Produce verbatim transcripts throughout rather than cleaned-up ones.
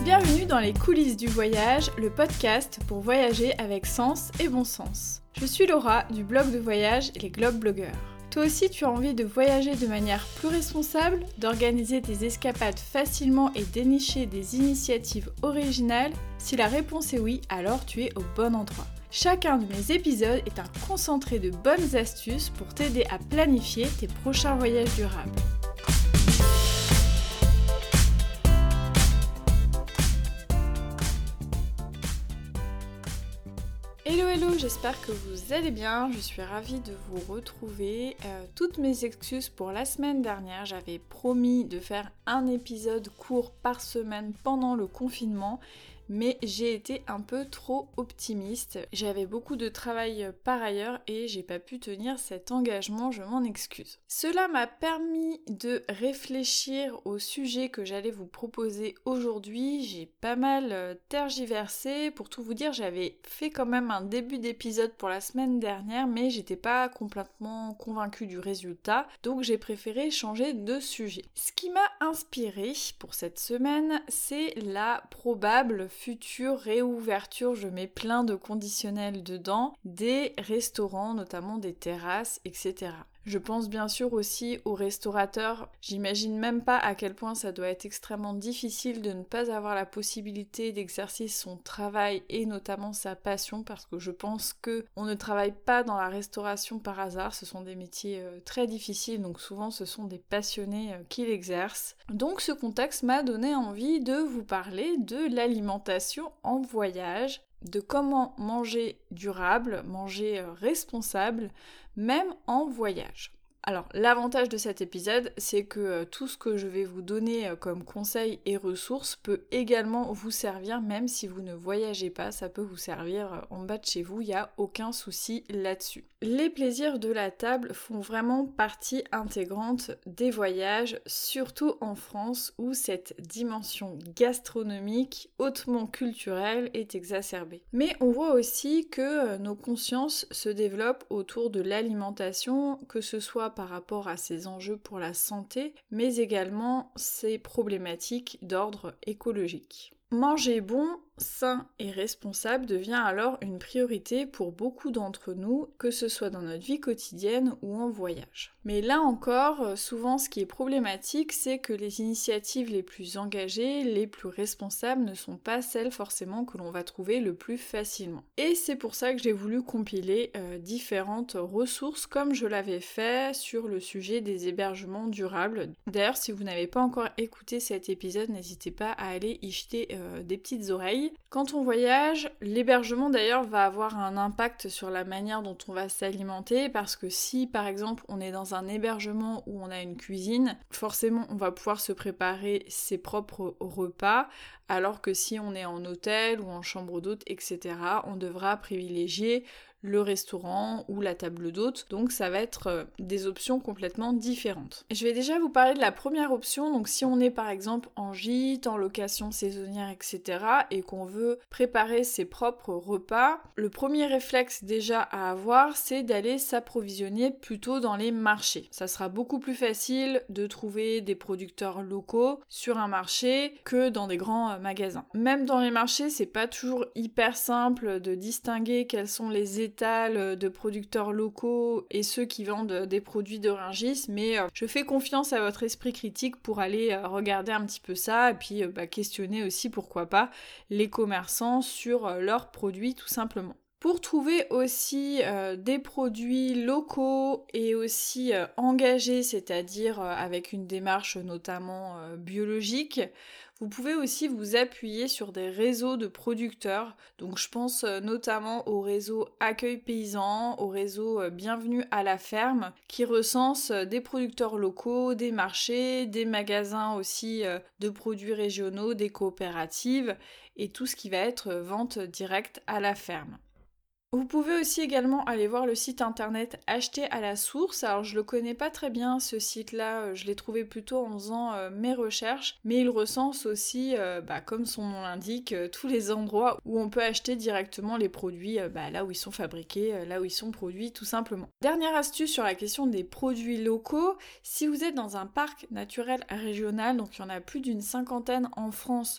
Bienvenue dans les coulisses du voyage, le podcast pour voyager avec sens et bon sens. Je suis Laura du blog de voyage Les Globe Blogueurs. Toi aussi tu as envie de voyager de manière plus responsable, d'organiser tes escapades facilement et dénicher des initiatives originales? Si la réponse est oui, alors tu es au bon endroit. Chacun de mes épisodes est un concentré de bonnes astuces pour t'aider à planifier tes prochains voyages durables. Hello hello, j'espère que vous allez bien, je suis ravie de vous retrouver. Euh, toutes mes excuses pour la semaine dernière, j'avais promis de faire un épisode court par semaine pendant le confinement, mais j'ai été un peu trop optimiste. J'avais beaucoup de travail par ailleurs et j'ai pas pu tenir cet engagement, je m'en excuse. Cela m'a permis de réfléchir au sujet que j'allais vous proposer aujourd'hui. J'ai pas mal tergiversé. Pour tout vous dire, j'avais fait quand même un début d'épisode pour la semaine dernière, mais j'étais pas complètement convaincue du résultat, donc j'ai préféré changer de sujet. Ce qui m'a inspiré pour cette semaine, c'est la probable future réouverture, je mets plein de conditionnels dedans, des restaurants, notamment des terrasses, et cetera. Je pense bien sûr aussi aux restaurateurs. J'imagine même pas à quel point ça doit être extrêmement difficile de ne pas avoir la possibilité d'exercer son travail et notamment sa passion, parce que je pense que on ne travaille pas dans la restauration par hasard. Ce sont des métiers euh, très difficiles, donc souvent ce sont des passionnés euh, qui l'exercent. Donc ce contexte m'a donné envie de vous parler de l'alimentation en voyage, de comment manger durable, manger euh, responsable, même en voyage. Alors, l'avantage de cet épisode, c'est que euh, tout ce que je vais vous donner euh, comme conseils et ressources peut également vous servir, même si vous ne voyagez pas, ça peut vous servir euh, en bas de chez vous, il n'y a aucun souci là-dessus. Les plaisirs de la table font vraiment partie intégrante des voyages, surtout en France où cette dimension gastronomique, hautement culturelle, est exacerbée. Mais on voit aussi que euh, nos consciences se développent autour de l'alimentation, que ce soit par rapport à ses enjeux pour la santé, mais également ses problématiques d'ordre écologique. Manger bon, sain et responsable devient alors une priorité pour beaucoup d'entre nous, que ce soit dans notre vie quotidienne ou en voyage. Mais là encore, souvent ce qui est problématique, c'est que les initiatives les plus engagées, les plus responsables ne sont pas celles forcément que l'on va trouver le plus facilement. Et c'est pour ça que j'ai voulu compiler euh, différentes ressources comme je l'avais fait sur le sujet des hébergements durables. D'ailleurs, si vous n'avez pas encore écouté cet épisode, n'hésitez pas à aller y jeter euh, des petites oreilles. Quand on voyage, l'hébergement d'ailleurs va avoir un impact sur la manière dont on va s'alimenter, parce que si par exemple on est dans un hébergement où on a une cuisine, forcément on va pouvoir se préparer ses propres repas, alors que si on est en hôtel ou en chambre d'hôte, et cetera, on devra privilégier le restaurant ou la table d'hôte, donc ça va être euh, des options complètement différentes. Je vais déjà vous parler de la première option, donc si on est par exemple en gîte, en location saisonnière, et cetera, et qu'on veut préparer ses propres repas, le premier réflexe déjà à avoir, c'est d'aller s'approvisionner plutôt dans les marchés. Ça sera beaucoup plus facile de trouver des producteurs locaux sur un marché que dans des grands euh, magasins. Même dans les marchés, c'est pas toujours hyper simple de distinguer quels sont les états de producteurs locaux et ceux qui vendent des produits de Rungis, mais euh, je fais confiance à votre esprit critique pour aller euh, regarder un petit peu ça et puis euh, bah, questionner aussi, pourquoi pas, les commerçants sur euh, leurs produits tout simplement. Pour trouver aussi euh, des produits locaux et aussi euh, engagés, c'est-à-dire euh, avec une démarche notamment euh, biologique, vous pouvez aussi vous appuyer sur des réseaux de producteurs. Donc je pense euh, notamment au réseau Accueil Paysan, au réseau euh, Bienvenue à la ferme, qui recense euh, des producteurs locaux, des marchés, des magasins aussi euh, de produits régionaux, des coopératives et tout ce qui va être euh, vente directe à la ferme. Vous pouvez aussi également aller voir le site internet Acheter à la source. Alors je le connais pas très bien ce site-là, je l'ai trouvé plutôt en faisant euh, mes recherches, mais il recense aussi, euh, bah, comme son nom l'indique, euh, tous les endroits où on peut acheter directement les produits, euh, bah, là où ils sont fabriqués, euh, là où ils sont produits tout simplement. Dernière astuce sur la question des produits locaux, si vous êtes dans un parc naturel régional, donc il y en a plus d'une cinquantaine en France,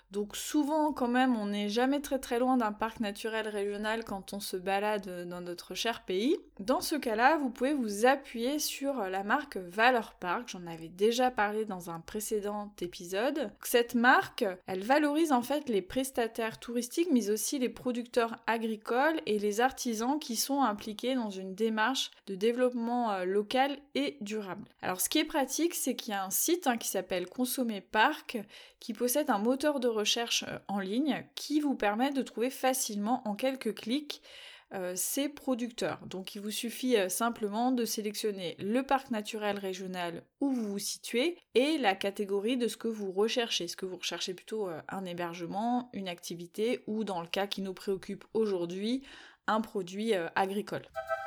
Donc souvent quand même on n'est jamais très très loin d'un parc naturel régional quand on se balade dans notre cher pays. Dans ce cas-là, vous pouvez vous appuyer sur la marque Valeur Parc, j'en avais déjà parlé dans un précédent épisode. Cette marque, elle valorise en fait les prestataires touristiques mais aussi les producteurs agricoles et les artisans qui sont impliqués dans une démarche de développement euh, local et durable. Alors ce qui est pratique, c'est qu'il y a un site hein, qui s'appelle Consommer Parc qui possède un moteur de recherche euh, en ligne qui vous permet de trouver facilement en quelques clics euh, ces producteurs. Donc il vous suffit euh, simplement de sélectionner le parc naturel régional où vous vous situez et la catégorie de ce que vous recherchez. Est-ce que vous recherchez plutôt euh, un hébergement, une activité ou dans le cas qui nous préoccupe aujourd'hui, un produit euh, agricole.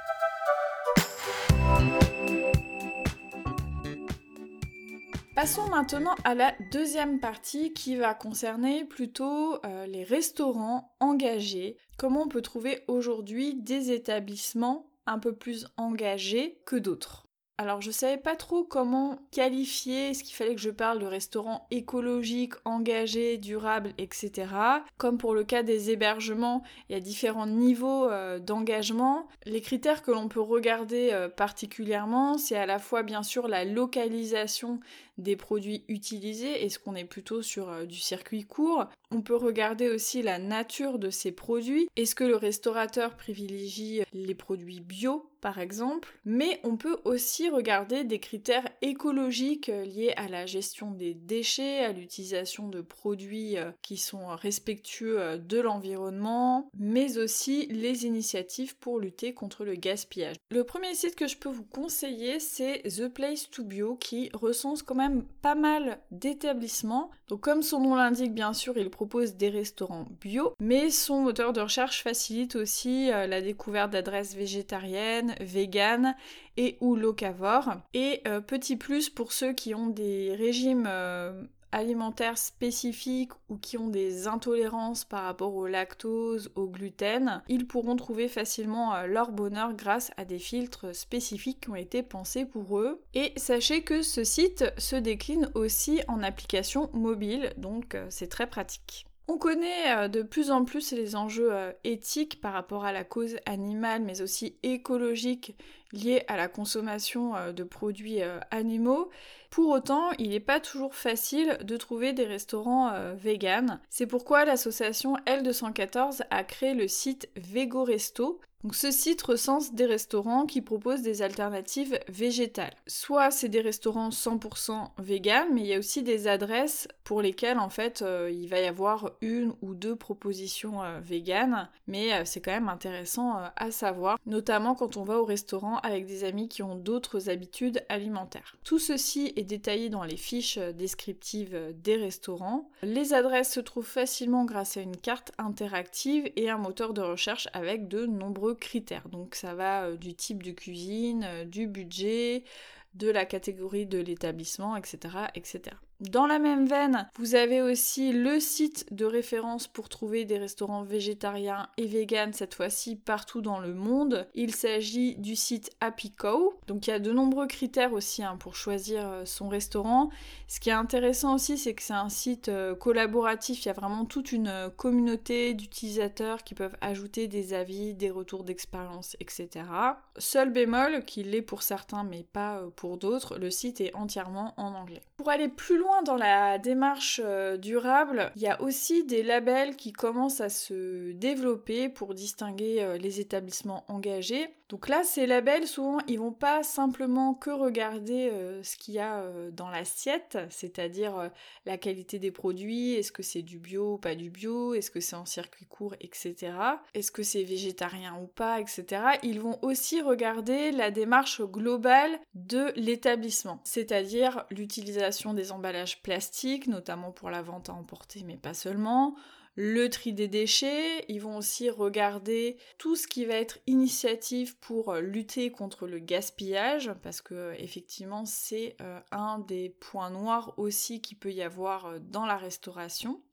Passons maintenant à la deuxième partie qui va concerner plutôt euh, les restaurants engagés. Comment on peut trouver aujourd'hui des établissements un peu plus engagés que d'autres. Alors je savais pas trop comment qualifier, est-ce qu'il fallait que je parle de restaurants écologiques, engagés, durables, et cetera. Comme pour le cas des hébergements, il y a différents niveaux euh, d'engagement. Les critères que l'on peut regarder euh, particulièrement, c'est à la fois bien sûr la localisation des produits utilisés, est-ce qu'on est plutôt sur euh, du circuit court. On peut regarder aussi la nature de ces produits, est-ce que le restaurateur privilégie les produits bio par exemple, mais on peut aussi regarder des critères écologiques liés à la gestion des déchets, à l'utilisation de produits qui sont respectueux de l'environnement, mais aussi les initiatives pour lutter contre le gaspillage. Le premier site que je peux vous conseiller, c'est The Place to Bio, qui recense quand même pas mal d'établissements. Donc comme son nom l'indique, bien sûr, il propose des restaurants bio, mais son moteur de recherche facilite aussi la découverte d'adresses végétariennes, vegan et ou locavore. Et euh, petit plus pour ceux qui ont des régimes euh, alimentaires spécifiques ou qui ont des intolérances par rapport au lactose, au gluten, ils pourront trouver facilement euh, leur bonheur grâce à des filtres spécifiques qui ont été pensés pour eux. Et sachez que ce site se décline aussi en application mobile, donc euh, c'est très pratique. On connaît de plus en plus les enjeux éthiques par rapport à la cause animale, mais aussi écologiques liés à la consommation de produits animaux. Pour autant, il n'est pas toujours facile de trouver des restaurants véganes. C'est pourquoi l'association L deux cent quatorze a créé le site VegoResto. Donc ce site recense des restaurants qui proposent des alternatives végétales. Soit c'est des restaurants cent pour cent vegan, mais il y a aussi des adresses pour lesquelles en fait euh, il va y avoir une ou deux propositions euh, véganes, mais euh, c'est quand même intéressant euh, à savoir, notamment quand on va au restaurant avec des amis qui ont d'autres habitudes alimentaires. Tout ceci est détaillé dans les fiches descriptives des restaurants. Les adresses se trouvent facilement grâce à une carte interactive et un moteur de recherche avec de nombreux critères. Donc ça va euh, du type de cuisine, euh, du budget, de la catégorie de l'établissement, et cetera, et cetera. Dans la même veine, vous avez aussi le site de référence pour trouver des restaurants végétariens et véganes, cette fois-ci partout dans le monde. Il s'agit du site HappyCow. Donc il y a de nombreux critères aussi hein, pour choisir son restaurant. Ce qui est intéressant aussi, c'est que c'est un site euh, collaboratif. Il y a vraiment toute une communauté d'utilisateurs qui peuvent ajouter des avis, des retours d'expérience, et cetera. Seul bémol, qui l'est pour certains mais pas pour d'autres, le site est entièrement en anglais. Pour aller plus loin dans la démarche euh, durable, il y a aussi des labels qui commencent à se développer pour distinguer euh, les établissements engagés. Donc là, ces labels, souvent, ils vont pas simplement que regarder euh, ce qu'il y a euh, dans l'assiette, c'est-à-dire euh, la qualité des produits, est-ce que c'est du bio ou pas du bio, est-ce que c'est en circuit court, et cetera. Est-ce que c'est végétarien ou pas, et cetera. Ils vont aussi regarder la démarche globale de l'établissement, c'est-à-dire l'utilisation des emballages plastiques, notamment pour la vente à emporter, mais pas seulement, le tri des déchets. Ils vont aussi regarder tout ce qui va être initiative pour lutter contre le gaspillage, parce que effectivement c'est euh, un des points noirs aussi qu'il peut y avoir dans la restauration.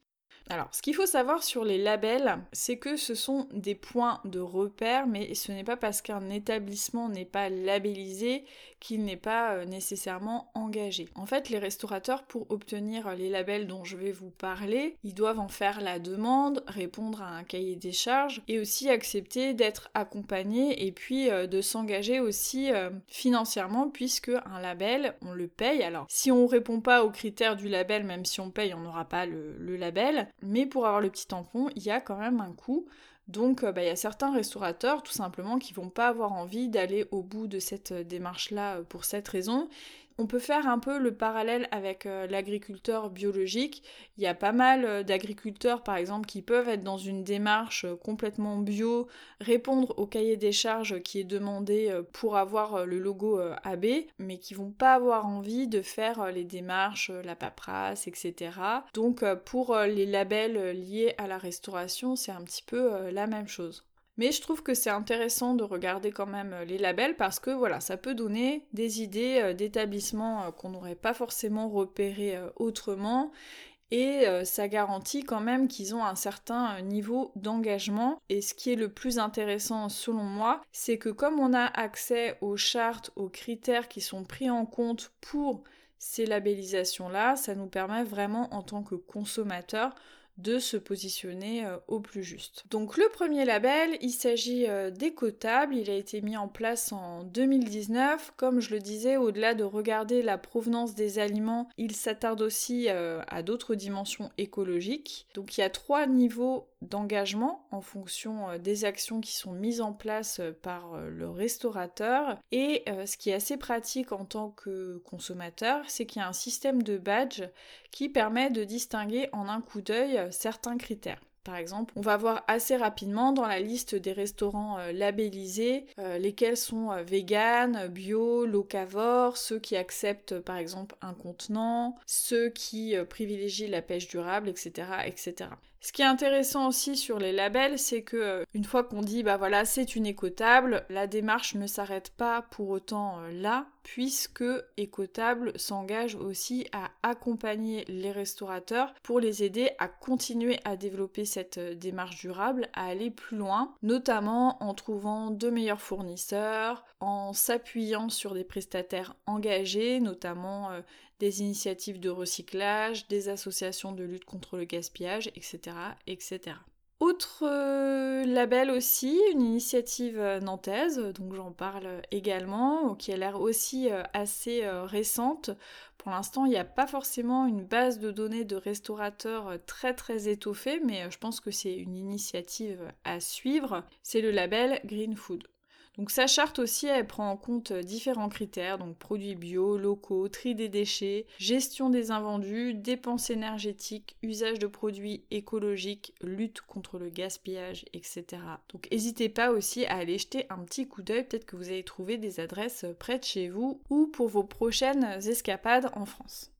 Alors, ce qu'il faut savoir sur les labels, c'est que ce sont des points de repère, mais ce n'est pas parce qu'un établissement n'est pas labellisé qu'il n'est pas euh, nécessairement engagé. En fait, les restaurateurs, pour obtenir les labels dont je vais vous parler, ils doivent en faire la demande, répondre à un cahier des charges et aussi accepter d'être accompagnés et puis euh, de s'engager aussi euh, financièrement, puisque un label, on le paye. Alors, si on répond pas aux critères du label, même si on paye, on n'aura pas le, le label. Mais pour avoir le petit tampon, il y a quand même un coût. Donc bah, il y a certains restaurateurs tout simplement qui vont pas avoir envie d'aller au bout de cette démarche-là pour cette raison. On peut faire un peu le parallèle avec euh, l'agriculteur biologique. Il y a pas mal euh, d'agriculteurs, par exemple, qui peuvent être dans une démarche euh, complètement bio, répondre au cahier des charges qui est demandé euh, pour avoir euh, le logo euh, A B, mais qui vont pas avoir envie de faire euh, les démarches, euh, la paperasse, et cetera. Donc euh, pour euh, les labels euh, liés à la restauration, c'est un petit peu euh, la même chose. Mais je trouve que c'est intéressant de regarder quand même les labels parce que voilà, ça peut donner des idées d'établissements qu'on n'aurait pas forcément repérés autrement et ça garantit quand même qu'ils ont un certain niveau d'engagement. Et ce qui est le plus intéressant selon moi, c'est que comme on a accès aux chartes, aux critères qui sont pris en compte pour ces labellisations-là, ça nous permet vraiment en tant que consommateur de se positionner euh, au plus juste. Donc le premier label, il s'agit euh, d'Écotable, il a été mis en place en deux mille dix-neuf. Comme je le disais, au-delà de regarder la provenance des aliments, il s'attarde aussi euh, à d'autres dimensions écologiques. Donc il y a trois niveaux d'engagement en fonction euh, des actions qui sont mises en place euh, par euh, le restaurateur. Et euh, ce qui est assez pratique en tant que consommateur, c'est qu'il y a un système de badge qui permet de distinguer en un coup d'œil certains critères. Par exemple, on va voir assez rapidement dans la liste des restaurants euh, labellisés euh, lesquels sont euh, vegan, bio, locavore, ceux qui acceptent par exemple un contenant, ceux qui euh, privilégient la pêche durable, et cetera, et cetera. Ce qui est intéressant aussi sur les labels, c'est que euh, une fois qu'on dit bah voilà c'est une écotable, la démarche ne s'arrête pas pour autant euh, là, puisque Écotable s'engage aussi à accompagner les restaurateurs pour les aider à continuer à développer cette euh, démarche durable, à aller plus loin, notamment en trouvant de meilleurs fournisseurs, en s'appuyant sur des prestataires engagés, notamment euh, des initiatives de recyclage, des associations de lutte contre le gaspillage, et cetera, et cetera. Autre euh, label aussi, une initiative euh, nantaise, donc j'en parle également, qui a l'air aussi euh, assez euh, récente. Pour l'instant, il n'y a pas forcément une base de données de restaurateurs euh, très très étoffée, mais euh, je pense que c'est une initiative à suivre. C'est le label Green Food. Donc sa charte aussi, elle prend en compte différents critères, donc produits bio, locaux, tri des déchets, gestion des invendus, dépenses énergétiques, usage de produits écologiques, lutte contre le gaspillage, et cetera. Donc n'hésitez pas aussi à aller jeter un petit coup d'œil, peut-être que vous allez trouver des adresses près de chez vous ou pour vos prochaines escapades en France.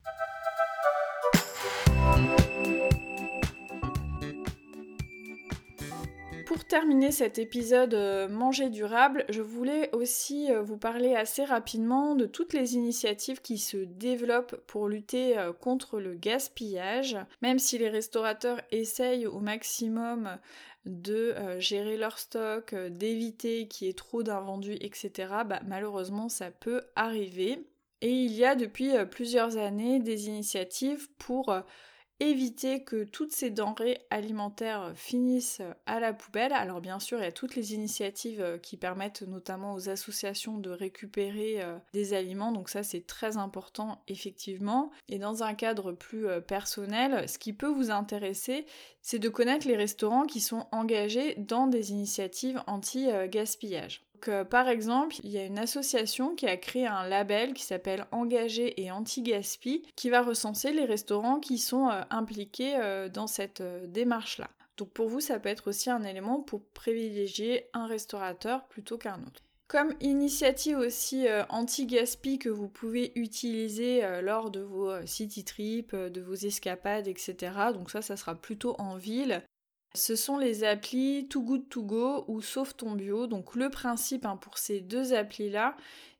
Pour terminer cet épisode euh, Manger durable, je voulais aussi euh, vous parler assez rapidement de toutes les initiatives qui se développent pour lutter euh, contre le gaspillage. Même si les restaurateurs essayent au maximum de euh, gérer leur stock, euh, d'éviter qu'il y ait trop d'invendus, et cetera, bah, malheureusement ça peut arriver. Et il y a depuis euh, plusieurs années des initiatives pour euh, éviter que toutes ces denrées alimentaires finissent à la poubelle. Alors bien sûr, il y a toutes les initiatives qui permettent notamment aux associations de récupérer des aliments, donc ça c'est très important effectivement. Et dans un cadre plus personnel, ce qui peut vous intéresser, c'est de connaître les restaurants qui sont engagés dans des initiatives anti-gaspillage. Donc, euh, par exemple, il y a une association qui a créé un label qui s'appelle Engagé et Anti-Gaspi qui va recenser les restaurants qui sont euh, impliqués euh, dans cette euh, démarche-là. Donc pour vous, ça peut être aussi un élément pour privilégier un restaurateur plutôt qu'un autre. Comme initiative aussi euh, anti-gaspi que vous pouvez utiliser euh, lors de vos euh, city trips, euh, de vos escapades, et cetera. Donc ça, ça sera plutôt en ville. Ce sont les applis Too Good To Go ou Sauve Ton Bio. Donc le principe hein, pour ces deux applis-là,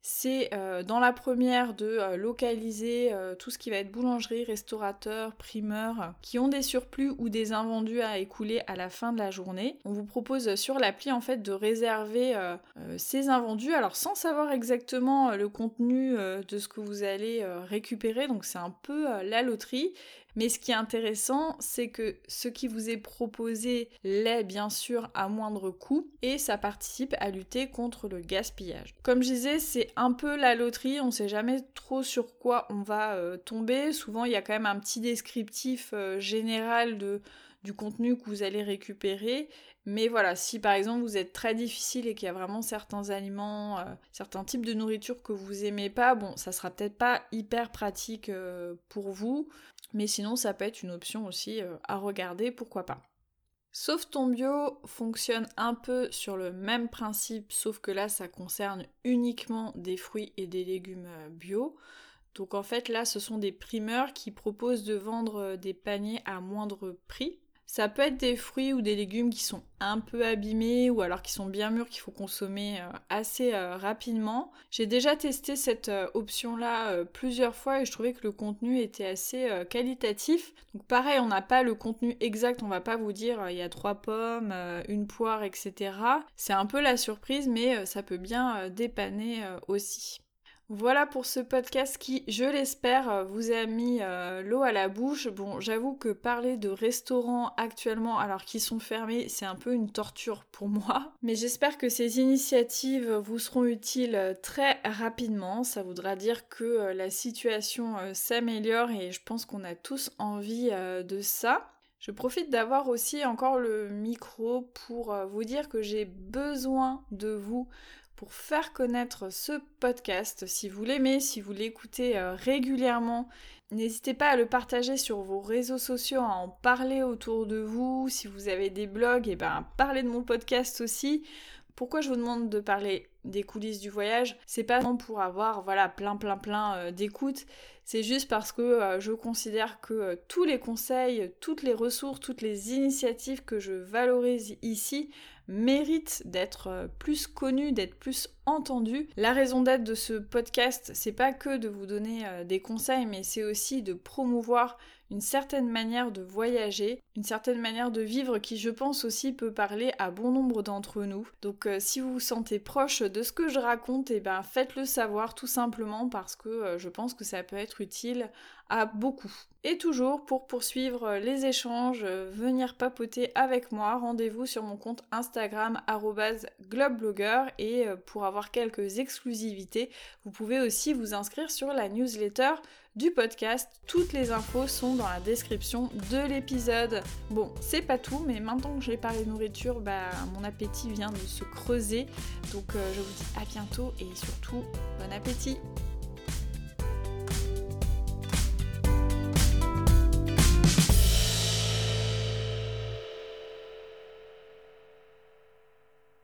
c'est euh, dans la première de euh, localiser euh, tout ce qui va être boulangerie, restaurateur, primeur, euh, qui ont des surplus ou des invendus à écouler à la fin de la journée. On vous propose sur l'appli en fait de réserver euh, euh, ces invendus, alors sans savoir exactement euh, le contenu euh, de ce que vous allez euh, récupérer, donc c'est un peu euh, la loterie. Mais ce qui est intéressant, c'est que ce qui vous est proposé l'est bien sûr à moindre coût et ça participe à lutter contre le gaspillage. Comme je disais, c'est un peu la loterie, on ne sait jamais trop sur quoi on va euh, tomber. Souvent, il y a quand même un petit descriptif euh, général de, du contenu que vous allez récupérer. Mais voilà, si par exemple vous êtes très difficile et qu'il y a vraiment certains aliments, euh, certains types de nourriture que vous aimez pas, bon, ça sera peut-être pas hyper pratique euh, pour vous. Mais sinon, ça peut être une option aussi euh, à regarder, pourquoi pas. Sauf ton bio fonctionne un peu sur le même principe, sauf que là, ça concerne uniquement des fruits et des légumes bio. Donc en fait, là, ce sont des primeurs qui proposent de vendre des paniers à moindre prix. Ça peut être des fruits ou des légumes qui sont un peu abîmés ou alors qui sont bien mûrs, qu'il faut consommer assez rapidement. J'ai déjà testé cette option-là plusieurs fois et je trouvais que le contenu était assez qualitatif. Donc pareil, on n'a pas le contenu exact, on va pas vous dire il y a trois pommes, une poire, et cetera. C'est un peu la surprise, mais ça peut bien dépanner aussi. Voilà pour ce podcast qui, je l'espère, vous a mis euh, l'eau à la bouche. Bon, j'avoue que parler de restaurants actuellement alors qu'ils sont fermés, c'est un peu une torture pour moi. Mais j'espère que ces initiatives vous seront utiles très rapidement. Ça voudra dire que euh, la situation euh, s'améliore et je pense qu'on a tous envie euh, de ça. Je profite d'avoir aussi encore le micro pour euh, vous dire que j'ai besoin de vous pour faire connaître ce podcast. Si vous l'aimez, si vous l'écoutez euh, régulièrement, n'hésitez pas à le partager sur vos réseaux sociaux, à en parler autour de vous. Si vous avez des blogs, et ben parlez de mon podcast aussi. Pourquoi je vous demande de parler des coulisses du voyage? C'est pas pour avoir voilà plein plein plein euh, d'écoutes, c'est juste parce que euh, je considère que euh, tous les conseils, toutes les ressources, toutes les initiatives que je valorise ici méritent d'être euh, plus connues, d'être plus entendues. La raison d'être de ce podcast, c'est pas que de vous donner euh, des conseils, mais c'est aussi de promouvoir une certaine manière de voyager, une certaine manière de vivre qui, je pense aussi, peut parler à bon nombre d'entre nous. Donc euh, si vous vous sentez proche de ce que je raconte, eh ben, faites-le savoir tout simplement parce que euh, je pense que ça peut être utile à beaucoup. Et toujours, pour poursuivre les échanges, euh, venir papoter avec moi, rendez-vous sur mon compte Instagram arobase globblogger et euh, pour avoir quelques exclusivités, vous pouvez aussi vous inscrire sur la newsletter du podcast. Toutes les infos sont dans la description de l'épisode. Bon, c'est pas tout, mais maintenant que j'ai parlé nourriture, bah, mon appétit vient de se creuser. Donc euh, je vous dis à bientôt et surtout, bon appétit!